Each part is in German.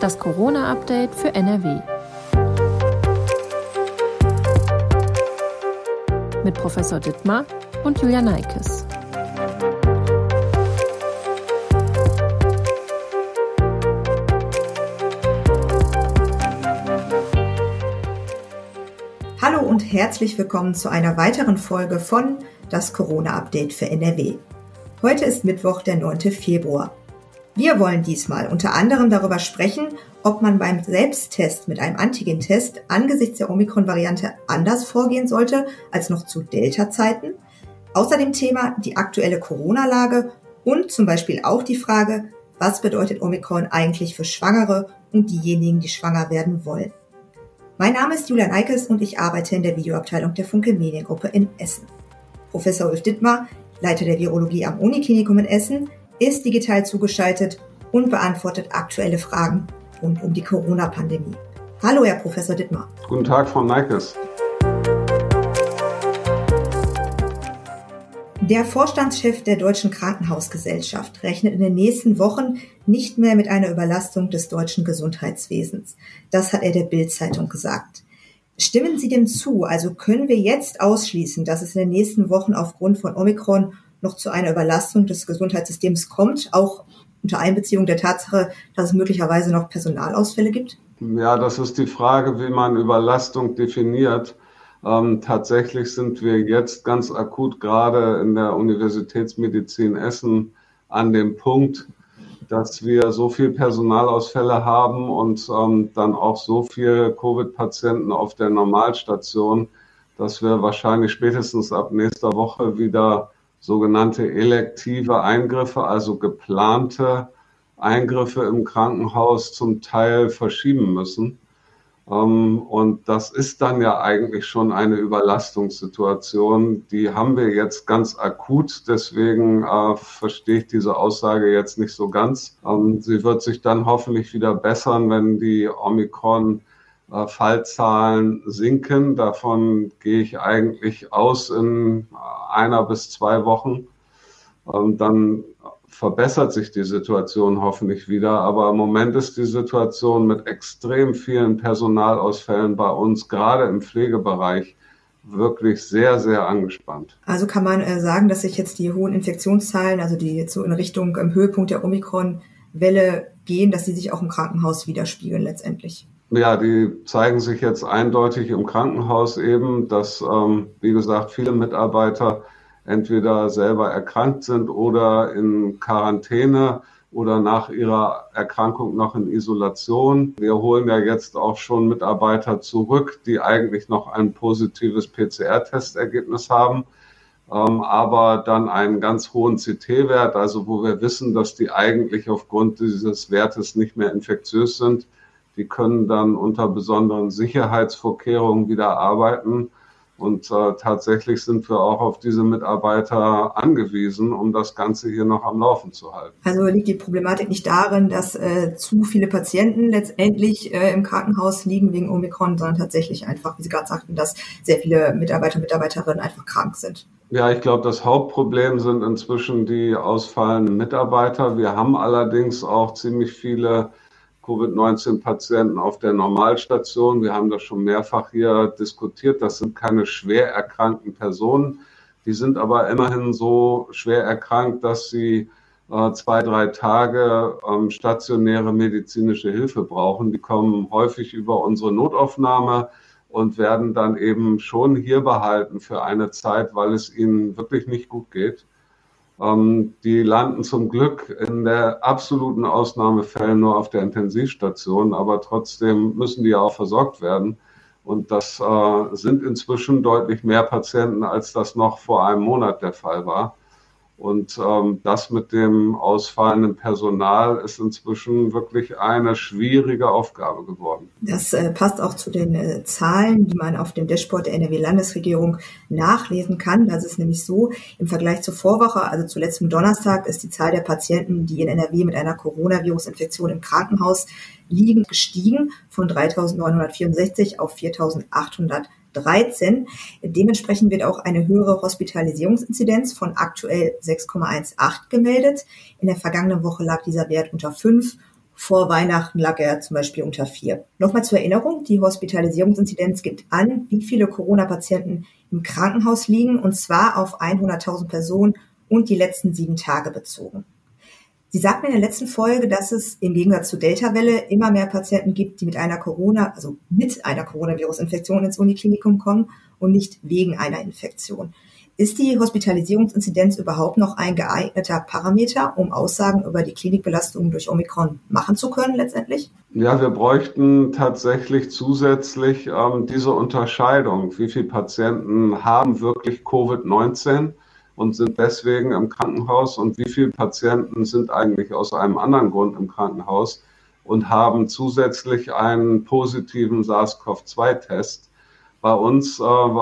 Das Corona-Update für NRW. Mit Professor Dittmar und Julia Neikes. Hallo und herzlich willkommen zu einer weiteren Folge von Das Corona-Update für NRW. Heute ist Mittwoch, der 9. Februar. Wir wollen diesmal unter anderem darüber sprechen, ob man beim Selbsttest mit einem Antigentest angesichts der Omikron-Variante anders vorgehen sollte als noch zu Delta-Zeiten. Außerdem Thema die aktuelle Corona-Lage und zum Beispiel auch die Frage, was bedeutet Omikron eigentlich für Schwangere und diejenigen, die schwanger werden wollen. Mein Name ist Julia Neikes und ich arbeite in der Videoabteilung der Funke Mediengruppe in Essen. Professor Ulf Dittmar, Leiter der Virologie am Uniklinikum in Essen, ist digital zugeschaltet und beantwortet aktuelle Fragen rund um die Corona-Pandemie. Hallo, Herr Professor Dittmar. Guten Tag, Frau Neikes. Der Vorstandschef der Deutschen Krankenhausgesellschaft rechnet in den nächsten Wochen nicht mehr mit einer Überlastung des deutschen Gesundheitswesens. Das hat er der Bild-Zeitung gesagt. Stimmen Sie dem zu? Also können wir jetzt ausschließen, dass es in den nächsten Wochen aufgrund von Omikron noch zu einer Überlastung des Gesundheitssystems kommt, auch unter Einbeziehung der Tatsache, dass es möglicherweise noch Personalausfälle gibt? Ja, das ist die Frage, wie man Überlastung definiert. Tatsächlich sind wir jetzt ganz akut gerade in der Universitätsmedizin Essen an dem Punkt, dass wir so viel Personalausfälle haben und dann auch so viele Covid-Patienten auf der Normalstation, dass wir wahrscheinlich spätestens ab nächster Woche wieder sogenannte elektive Eingriffe, also geplante Eingriffe im Krankenhaus zum Teil verschieben müssen. Und das ist dann ja eigentlich schon eine Überlastungssituation. Die haben wir jetzt ganz akut. Deswegen verstehe ich diese Aussage jetzt nicht so ganz. Sie wird sich dann hoffentlich wieder bessern, wenn die Omikron-Fallzahlen sinken. Davon gehe ich eigentlich aus in 1 bis 2 Wochen. Dann verbessert sich die Situation hoffentlich wieder. Aber im Moment ist die Situation mit extrem vielen Personalausfällen bei uns, gerade im Pflegebereich, wirklich sehr, sehr angespannt. Also kann man sagen, dass sich jetzt die hohen Infektionszahlen, also die jetzt so in Richtung Höhepunkt der Omikron-Welle gehen, dass sie sich auch im Krankenhaus widerspiegeln letztendlich? Ja, die zeigen sich jetzt eindeutig im Krankenhaus eben, dass, wie gesagt, viele Mitarbeiter entweder selber erkrankt sind oder in Quarantäne oder nach ihrer Erkrankung noch in Isolation. Wir holen ja jetzt auch schon Mitarbeiter zurück, die eigentlich noch ein positives PCR-Testergebnis haben, aber dann einen ganz hohen CT-Wert, also wo wir wissen, dass die eigentlich aufgrund dieses Wertes nicht mehr infektiös sind. Die können dann unter besonderen Sicherheitsvorkehrungen wieder arbeiten. Und tatsächlich sind wir auch auf diese Mitarbeiter angewiesen, um das Ganze hier noch am Laufen zu halten. Also liegt die Problematik nicht darin, dass zu viele Patienten letztendlich im Krankenhaus liegen wegen Omikron, sondern tatsächlich einfach, wie Sie gerade sagten, dass sehr viele Mitarbeiter und Mitarbeiterinnen einfach krank sind? Ja, ich glaube, das Hauptproblem sind inzwischen die ausfallenden Mitarbeiter. Wir haben allerdings auch ziemlich viele Covid-19-Patienten auf der Normalstation. Wir haben das schon mehrfach hier diskutiert. Das sind keine schwer erkrankten Personen. Die sind aber immerhin so schwer erkrankt, dass sie 2-3 Tage stationäre medizinische Hilfe brauchen. Die kommen häufig über unsere Notaufnahme und werden dann eben schon hier behalten für eine Zeit, weil es ihnen wirklich nicht gut geht. Die landen zum Glück in der absoluten Ausnahmefällen nur auf der Intensivstation, aber trotzdem müssen die ja auch versorgt werden. Und das sind inzwischen deutlich mehr Patienten, als das noch vor einem Monat der Fall war. Und das mit dem ausfallenden Personal ist inzwischen wirklich eine schwierige Aufgabe geworden. Das passt auch zu den Zahlen, die man auf dem Dashboard der NRW-Landesregierung nachlesen kann. Das ist nämlich so, im Vergleich zur Vorwoche, also zu letztem Donnerstag, ist die Zahl der Patienten, die in NRW mit einer Coronavirus-Infektion im Krankenhaus liegen, gestiegen von 3.964 auf 4.813. Dementsprechend wird auch eine höhere Hospitalisierungsinzidenz von aktuell 6,18 gemeldet. In der vergangenen Woche lag dieser Wert unter 5. Vor Weihnachten lag er zum Beispiel unter 4. Nochmal zur Erinnerung, die Hospitalisierungsinzidenz gibt an, wie viele Corona-Patienten im Krankenhaus liegen, und zwar auf 100.000 Personen und die letzten 7 Tage bezogen. Sie sagten in der letzten Folge, dass es im Gegensatz zur Delta-Welle immer mehr Patienten gibt, die mit einer Coronavirus-Infektion ins Uniklinikum kommen und nicht wegen einer Infektion. Ist die Hospitalisierungsinzidenz überhaupt noch ein geeigneter Parameter, um Aussagen über die Klinikbelastung durch Omikron machen zu können letztendlich? Ja, wir bräuchten tatsächlich zusätzlich diese Unterscheidung. Wie viele Patienten haben wirklich Covid-19 und sind deswegen im Krankenhaus und wie viele Patienten sind eigentlich aus einem anderen Grund im Krankenhaus und haben zusätzlich einen positiven SARS-CoV-2-Test. Bei uns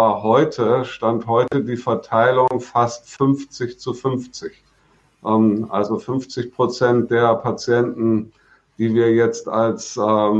stand heute die Verteilung fast 50:50. Also 50% der Patienten, die wir jetzt als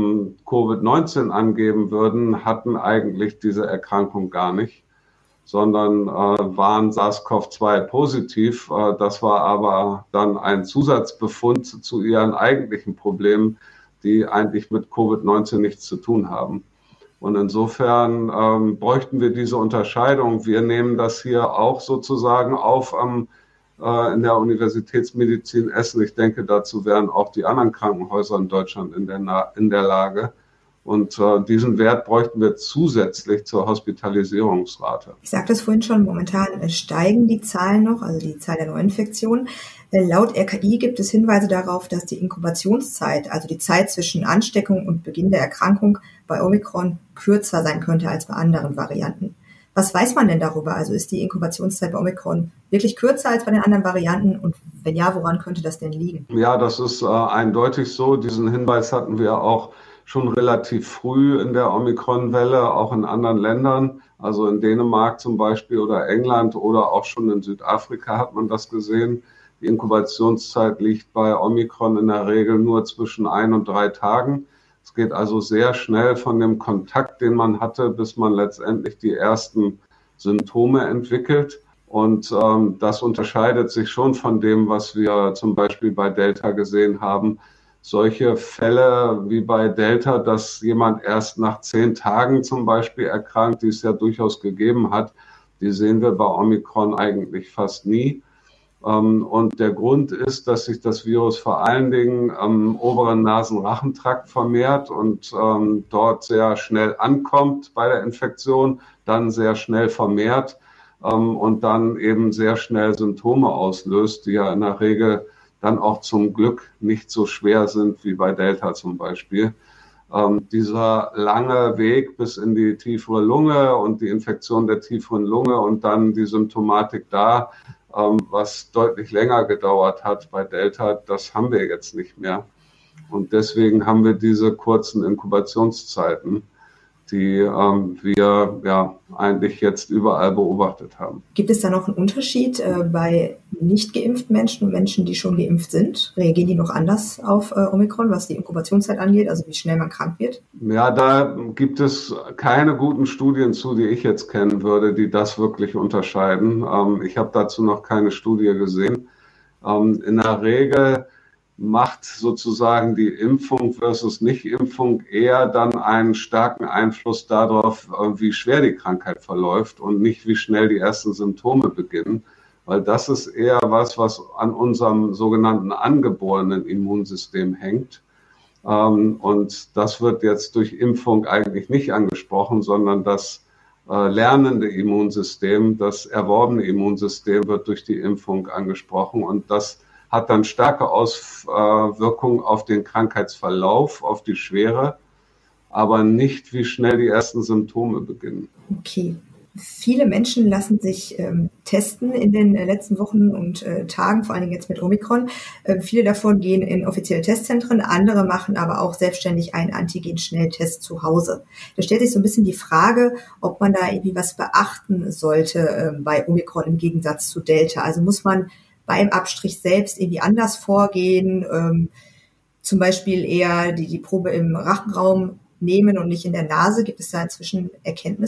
Covid-19 angeben würden, hatten eigentlich diese Erkrankung gar nicht, sondern waren SARS-CoV-2 positiv. Das war aber dann ein Zusatzbefund zu ihren eigentlichen Problemen, die eigentlich mit Covid-19 nichts zu tun haben. Und insofern bräuchten wir diese Unterscheidung. Wir nehmen das hier auch sozusagen auf in der Universitätsmedizin Essen. Ich denke, dazu wären auch die anderen Krankenhäuser in Deutschland in der Lage. Und diesen Wert bräuchten wir zusätzlich zur Hospitalisierungsrate. Ich sagte es vorhin schon, momentan steigen die Zahlen noch, also die Zahl der Neuinfektionen. Laut RKI gibt es Hinweise darauf, dass die Inkubationszeit, also die Zeit zwischen Ansteckung und Beginn der Erkrankung bei Omikron kürzer sein könnte als bei anderen Varianten. Was weiß man denn darüber? Also ist die Inkubationszeit bei Omikron wirklich kürzer als bei den anderen Varianten? Und wenn ja, woran könnte das denn liegen? Ja, das ist eindeutig so. Diesen Hinweis hatten wir auch schon relativ früh in der Omikron-Welle, auch in anderen Ländern, also in Dänemark zum Beispiel oder England oder auch schon in Südafrika hat man das gesehen. Die Inkubationszeit liegt bei Omikron in der Regel nur zwischen 1 und 3 Tagen. Es geht also sehr schnell von dem Kontakt, den man hatte, bis man letztendlich die ersten Symptome entwickelt. Und das unterscheidet sich schon von dem, was wir zum Beispiel bei Delta gesehen haben. Solche Fälle wie bei Delta, dass jemand erst nach 10 Tagen zum Beispiel erkrankt, die es ja durchaus gegeben hat, die sehen wir bei Omikron eigentlich fast nie. Und der Grund ist, dass sich das Virus vor allen Dingen am oberen Nasenrachentrakt vermehrt und dort sehr schnell ankommt bei der Infektion, dann sehr schnell vermehrt und dann eben sehr schnell Symptome auslöst, die ja in der Regel dann auch zum Glück nicht so schwer sind wie bei Delta zum Beispiel. Dieser lange Weg bis in die tiefere Lunge und die Infektion der tieferen Lunge und dann die Symptomatik da, was deutlich länger gedauert hat bei Delta, das haben wir jetzt nicht mehr. Und deswegen haben wir diese kurzen Inkubationszeiten, die wir ja eigentlich jetzt überall beobachtet haben. Gibt es da noch einen Unterschied bei nicht geimpften Menschen und Menschen, die schon geimpft sind? Reagieren die noch anders auf Omikron, was die Inkubationszeit angeht, also wie schnell man krank wird? Ja, da gibt es keine guten Studien zu, die ich jetzt kennen würde, die das wirklich unterscheiden. Ich habe dazu noch keine Studie gesehen. In der Regel macht sozusagen die Impfung versus Nicht-Impfung eher dann einen starken Einfluss darauf, wie schwer die Krankheit verläuft und nicht, wie schnell die ersten Symptome beginnen. Weil das ist eher was an unserem sogenannten angeborenen Immunsystem hängt. Und das wird jetzt durch Impfung eigentlich nicht angesprochen, sondern das lernende Immunsystem, das erworbene Immunsystem wird durch die Impfung angesprochen. Und das hat dann starke Auswirkungen auf den Krankheitsverlauf, auf die Schwere, aber nicht, wie schnell die ersten Symptome beginnen. Okay. Viele Menschen lassen sich testen in den letzten Wochen und Tagen, vor allen Dingen jetzt mit Omikron. Viele davon gehen in offizielle Testzentren, andere machen aber auch selbstständig einen Antigen-Schnelltest zu Hause. Da stellt sich so ein bisschen die Frage, ob man da irgendwie was beachten sollte bei Omikron im Gegensatz zu Delta. Also muss man beim Abstrich selbst irgendwie anders vorgehen, zum Beispiel eher die Probe im Rachenraum nehmen und nicht in der Nase. Gibt es da inzwischen Erkenntnisse?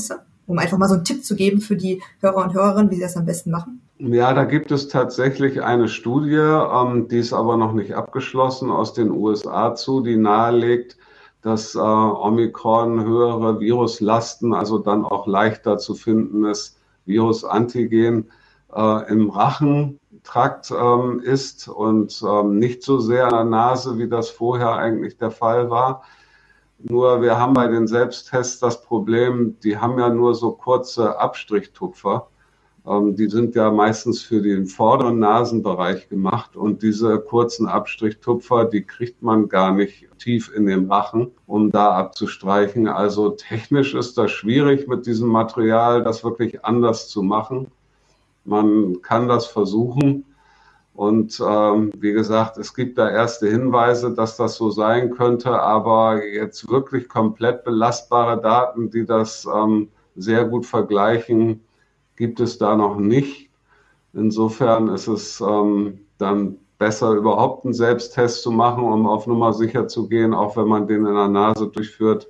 um einfach mal so einen Tipp zu geben für die Hörer und Hörerinnen, wie sie das am besten machen? Ja, da gibt es tatsächlich eine Studie, die ist aber noch nicht abgeschlossen, aus den USA die nahelegt, dass Omikron höhere Viruslasten, also dann auch leichter zu findendes Virusantigen im Rachentrakt ist und nicht so sehr an der Nase, wie das vorher eigentlich der Fall war. Nur wir haben bei den Selbsttests das Problem, die haben ja nur so kurze Abstrichtupfer. Die sind ja meistens für den vorderen Nasenbereich gemacht und diese kurzen Abstrichtupfer, die kriegt man gar nicht tief in den Rachen, um da abzustreichen. Also technisch ist das schwierig mit diesem Material, das wirklich anders zu machen. Man kann das versuchen und wie gesagt, es gibt da erste Hinweise, dass das so sein könnte, aber jetzt wirklich komplett belastbare Daten, die das sehr gut vergleichen, gibt es da noch nicht. Insofern ist es dann besser, überhaupt einen Selbsttest zu machen, um auf Nummer sicher zu gehen, auch wenn man den in der Nase durchführt,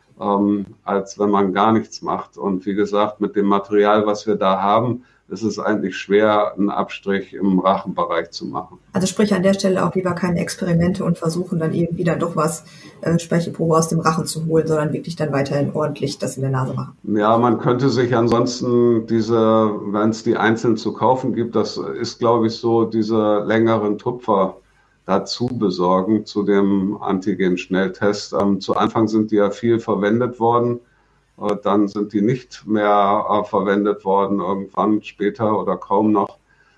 als wenn man gar nichts macht. Und wie gesagt, mit dem Material, was wir da haben, ist es eigentlich schwer, einen Abstrich im Rachenbereich zu machen. Also sprich an der Stelle auch lieber keine Experimente und versuchen dann irgendwie dann doch was Speichelprobe aus dem Rachen zu holen, sondern wirklich dann weiterhin ordentlich das in der Nase machen. Ja, man könnte sich ansonsten wenn es die einzeln zu kaufen gibt, das ist, glaube ich, so, diese längeren Tupfer dazu besorgen zu dem Antigen-Schnelltest. Zu Anfang sind die ja viel verwendet worden. Dann sind die nicht mehr verwendet worden, irgendwann später oder kaum noch.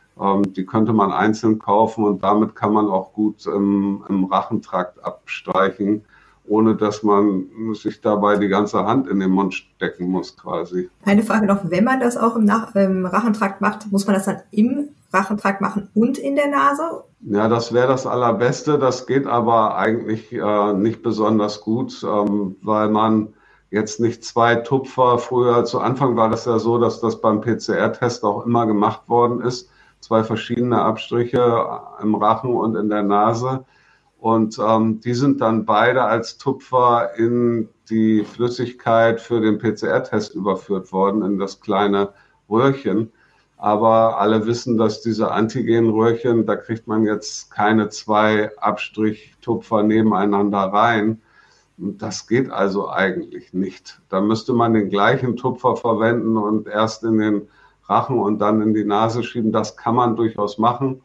Die könnte man einzeln kaufen und damit kann man auch gut im Rachentrakt abstreichen, ohne dass man sich dabei die ganze Hand in den Mund stecken muss quasi. Eine Frage noch, wenn man das auch im Rachentrakt macht, muss man das dann im Rachentrakt machen und in der Nase? Ja, das wäre das Allerbeste. Das geht aber eigentlich nicht besonders gut, weil man jetzt nicht zwei Tupfer, früher zu Anfang war das ja so, dass das beim PCR-Test auch immer gemacht worden ist. Zwei verschiedene Abstriche im Rachen und in der Nase. Und die sind dann beide als Tupfer in die Flüssigkeit für den PCR-Test überführt worden, in das kleine Röhrchen. Aber alle wissen, dass diese Antigenröhrchen, da kriegt man jetzt keine zwei Abstrichtupfer nebeneinander rein. Das geht also eigentlich nicht. Da müsste man den gleichen Tupfer verwenden und erst in den Rachen und dann in die Nase schieben. Das kann man durchaus machen,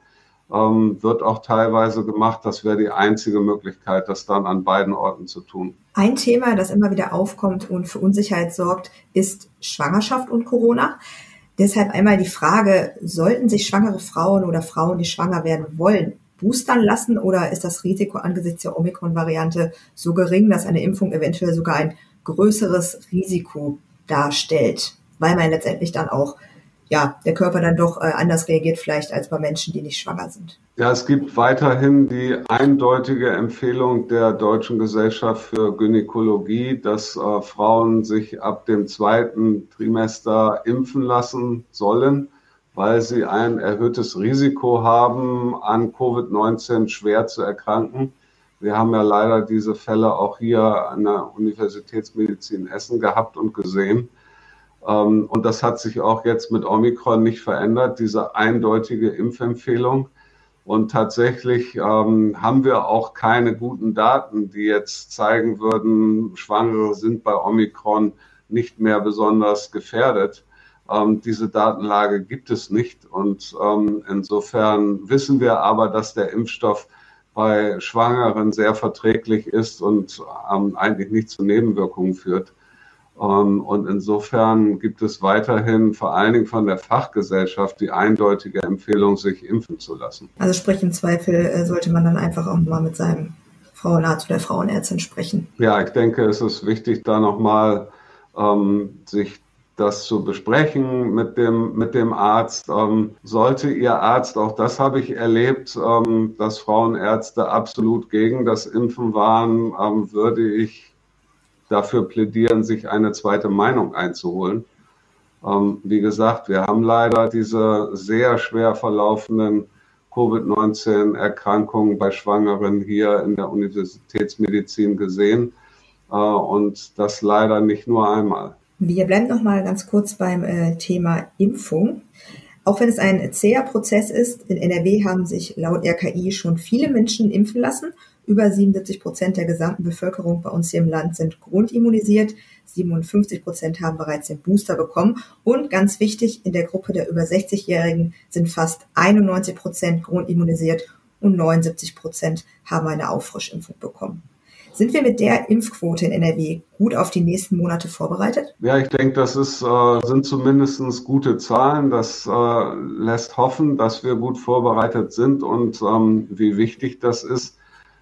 wird auch teilweise gemacht. Das wäre die einzige Möglichkeit, das dann an beiden Orten zu tun. Ein Thema, das immer wieder aufkommt und für Unsicherheit sorgt, ist Schwangerschaft und Corona. Deshalb einmal die Frage, sollten sich schwangere Frauen oder Frauen, die schwanger werden wollen, boostern lassen oder ist das Risiko angesichts der Omikron-Variante so gering, dass eine Impfung eventuell sogar ein größeres Risiko darstellt, weil man letztendlich dann auch, der Körper dann doch anders reagiert vielleicht als bei Menschen, die nicht schwanger sind? Ja, es gibt weiterhin die eindeutige Empfehlung der Deutschen Gesellschaft für Gynäkologie, dass Frauen sich ab dem 2. Trimester impfen lassen sollen, weil sie ein erhöhtes Risiko haben, an Covid-19 schwer zu erkranken. Wir haben ja leider diese Fälle auch hier an der Universitätsmedizin Essen gehabt und gesehen. Und das hat sich auch jetzt mit Omikron nicht verändert, diese eindeutige Impfempfehlung. Und tatsächlich haben wir auch keine guten Daten, die jetzt zeigen würden, Schwangere sind bei Omikron nicht mehr besonders gefährdet. Diese Datenlage gibt es nicht und insofern wissen wir aber, dass der Impfstoff bei Schwangeren sehr verträglich ist und eigentlich nicht zu Nebenwirkungen führt. Und insofern gibt es weiterhin vor allen Dingen von der Fachgesellschaft die eindeutige Empfehlung, sich impfen zu lassen. Also sprich im Zweifel sollte man dann einfach auch mal mit seinem Frauenarzt oder Frauenärztin sprechen. Ja, ich denke, es ist wichtig, da nochmal sich das zu besprechen mit dem Arzt. Sollte Ihr Arzt, auch das habe ich erlebt, dass Frauenärzte absolut gegen das Impfen waren, würde ich dafür plädieren, sich eine zweite Meinung einzuholen. Wie gesagt, wir haben leider diese sehr schwer verlaufenden Covid-19-Erkrankungen bei Schwangeren hier in der Universitätsmedizin gesehen und das leider nicht nur einmal. Wir bleiben noch mal ganz kurz beim Thema Impfung. Auch wenn es ein zäher Prozess ist, in NRW haben sich laut RKI schon viele Menschen impfen lassen. Über 77% der gesamten Bevölkerung bei uns hier im Land sind grundimmunisiert. 57% haben bereits den Booster bekommen. Und ganz wichtig, in der Gruppe der über 60-Jährigen sind fast 91% grundimmunisiert und 79% haben eine Auffrischimpfung bekommen. Sind wir mit der Impfquote in NRW gut auf die nächsten Monate vorbereitet? Ja, ich denke, sind zumindest gute Zahlen. Das lässt hoffen, dass wir gut vorbereitet sind. Und wie wichtig das ist,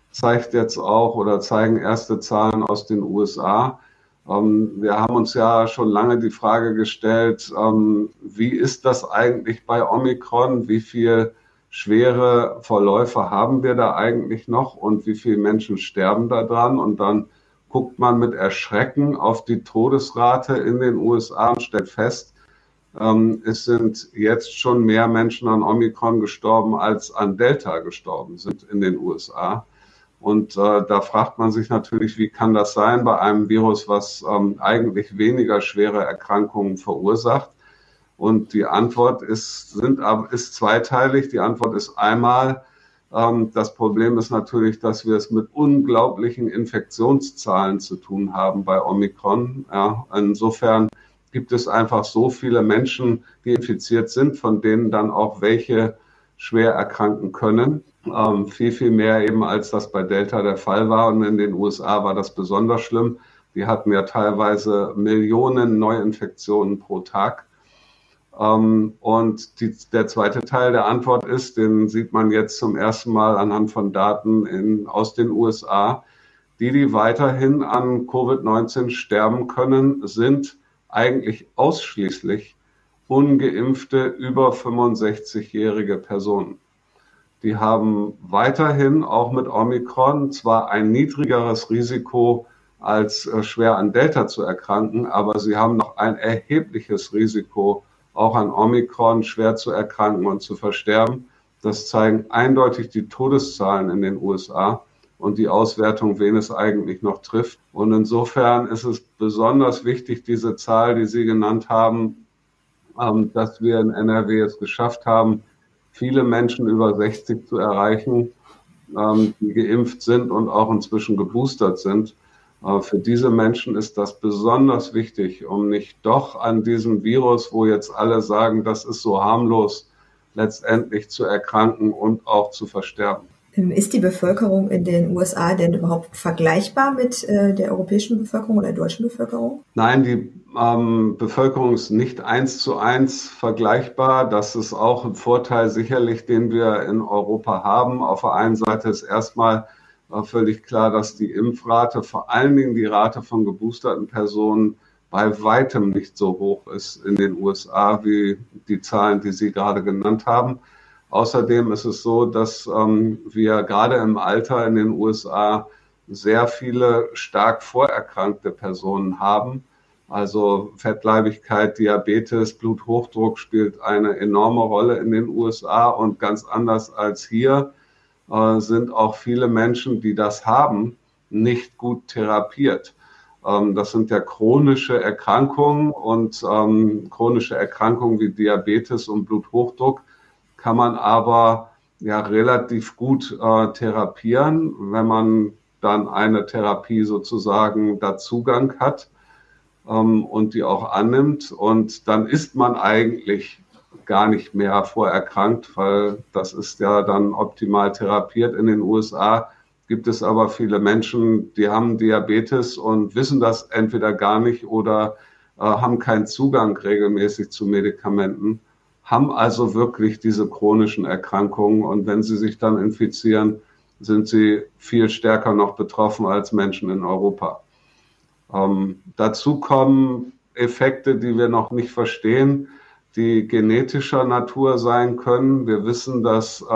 zeigen erste Zahlen aus den USA. Wir haben uns ja schon lange die Frage gestellt, wie ist das eigentlich bei Omikron? Wie viel schwere Verläufe haben wir da eigentlich noch und wie viele Menschen sterben da dran? Und dann guckt man mit Erschrecken auf die Todesrate in den USA und stellt fest, es sind jetzt schon mehr Menschen an Omikron gestorben, als an Delta gestorben sind in den USA. Und da fragt man sich natürlich, wie kann das sein bei einem Virus, was eigentlich weniger schwere Erkrankungen verursacht? Und die Antwort ist zweiteilig. Die Antwort ist einmal, das Problem ist natürlich, dass wir es mit unglaublichen Infektionszahlen zu tun haben bei Omikron. Ja, insofern gibt es einfach so viele Menschen, die infiziert sind, von denen dann auch welche schwer erkranken können. Viel, viel mehr eben, als das bei Delta der Fall war. Und in den USA war das besonders schlimm. Die hatten ja teilweise Millionen Neuinfektionen pro Tag. Und der zweite Teil der Antwort ist, den sieht man jetzt zum ersten Mal anhand von Daten aus den USA, die weiterhin an Covid-19 sterben können, sind eigentlich ausschließlich ungeimpfte über 65-jährige Personen. Die haben weiterhin auch mit Omikron zwar ein niedrigeres Risiko, als schwer an Delta zu erkranken, aber sie haben noch ein erhebliches Risiko, auch an Omikron schwer zu erkranken und zu versterben. Das zeigen eindeutig die Todeszahlen in den USA und die Auswertung, wen es eigentlich noch trifft. Und insofern ist es besonders wichtig, diese Zahl, die Sie genannt haben, dass wir in NRW es geschafft haben, viele Menschen über 60 zu erreichen, die geimpft sind und auch inzwischen geboostert sind. Für diese Menschen ist das besonders wichtig, um nicht doch an diesem Virus, wo jetzt alle sagen, das ist so harmlos, letztendlich zu erkranken und auch zu versterben. Ist die Bevölkerung in den USA denn überhaupt vergleichbar mit der europäischen Bevölkerung oder der deutschen Bevölkerung? Nein, die Bevölkerung ist nicht 1:1 vergleichbar. Das ist auch ein Vorteil sicherlich, den wir in Europa haben. Auf der einen Seite ist erstmal völlig klar, dass die Impfrate, vor allen Dingen die Rate von geboosterten Personen, bei weitem nicht so hoch ist in den USA wie die Zahlen, die Sie gerade genannt haben. Außerdem ist es so, dass wir gerade im Alter in den USA sehr viele stark vorerkrankte Personen haben. Also Fettleibigkeit, Diabetes, Bluthochdruck spielt eine enorme Rolle in den USA und ganz anders als hier sind auch viele Menschen, die das haben, nicht gut therapiert. Das sind ja chronische Erkrankungen und chronische Erkrankungen wie Diabetes und Bluthochdruck kann man aber ja relativ gut therapieren, wenn man dann eine Therapie sozusagen da Zugang hat und die auch annimmt. Und dann ist man eigentlich gar nicht mehr vorerkrankt, weil das ist ja dann optimal therapiert. In den USA gibt es aber viele Menschen, die haben Diabetes und wissen das entweder gar nicht oder haben keinen Zugang regelmäßig zu Medikamenten, haben also wirklich diese chronischen Erkrankungen. Und wenn sie sich dann infizieren, sind sie viel stärker noch betroffen als Menschen in Europa. Dazu kommen Effekte, die wir noch nicht verstehen, die genetischer Natur sein können. Wir wissen, dass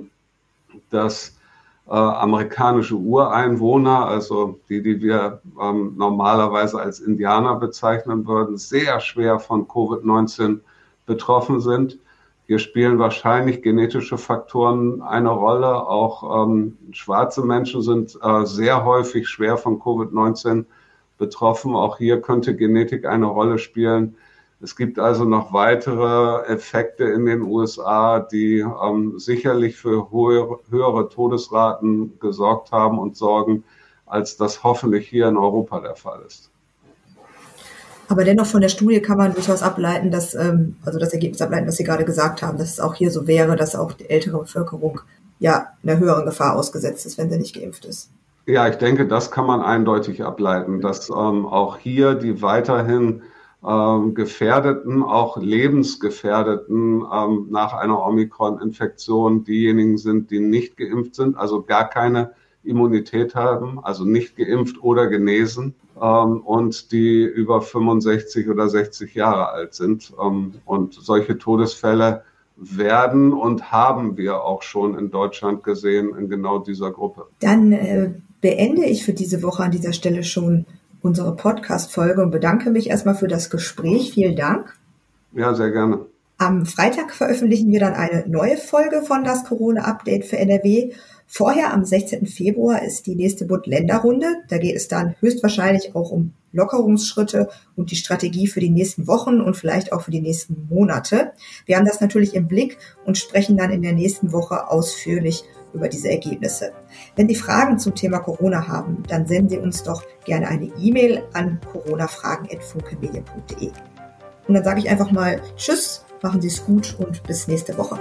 amerikanische Ureinwohner, also die wir normalerweise als Indianer bezeichnen würden, sehr schwer von Covid-19 betroffen sind. Hier spielen wahrscheinlich genetische Faktoren eine Rolle. Auch schwarze Menschen sind sehr häufig schwer von Covid-19 betroffen. Auch hier könnte Genetik eine Rolle spielen. Es gibt also noch weitere Effekte in den USA, die sicherlich für höhere Todesraten gesorgt haben und sorgen, als das hoffentlich hier in Europa der Fall ist. Aber dennoch von der Studie kann man durchaus ableiten, dass, also das Ergebnis ableiten, was Sie gerade gesagt haben, dass es auch hier so wäre, dass auch die ältere Bevölkerung ja einer höheren Gefahr ausgesetzt ist, wenn sie nicht geimpft ist. Ja, ich denke, das kann man eindeutig ableiten, dass auch hier die weiterhin gefährdeten, auch lebensgefährdeten nach einer Omikron-Infektion diejenigen sind, die nicht geimpft sind, also gar keine Immunität haben, also nicht geimpft oder genesen und die über 65 oder 60 Jahre alt sind. Und solche Todesfälle werden und haben wir auch schon in Deutschland gesehen in genau dieser Gruppe. Dann beende ich für diese Woche an dieser Stelle schon unsere Podcast-Folge und bedanke mich erstmal für das Gespräch. Vielen Dank. Ja, sehr gerne. Am Freitag veröffentlichen wir dann eine neue Folge von das Corona-Update für NRW. Vorher, am 16. Februar, ist die nächste Bund-Länder-Runde. Da geht es dann höchstwahrscheinlich auch um Lockerungsschritte und die Strategie für die nächsten Wochen und vielleicht auch für die nächsten Monate. Wir haben das natürlich im Blick und sprechen dann in der nächsten Woche ausführlich über diese Ergebnisse. Wenn Sie Fragen zum Thema Corona haben, dann senden Sie uns doch gerne eine E-Mail an coronafragen@funkemedien.de. Und dann sage ich einfach mal Tschüss, machen Sie es gut und bis nächste Woche.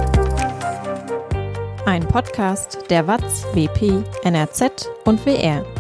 Ein Podcast der WAZ, WP, NRZ und WR.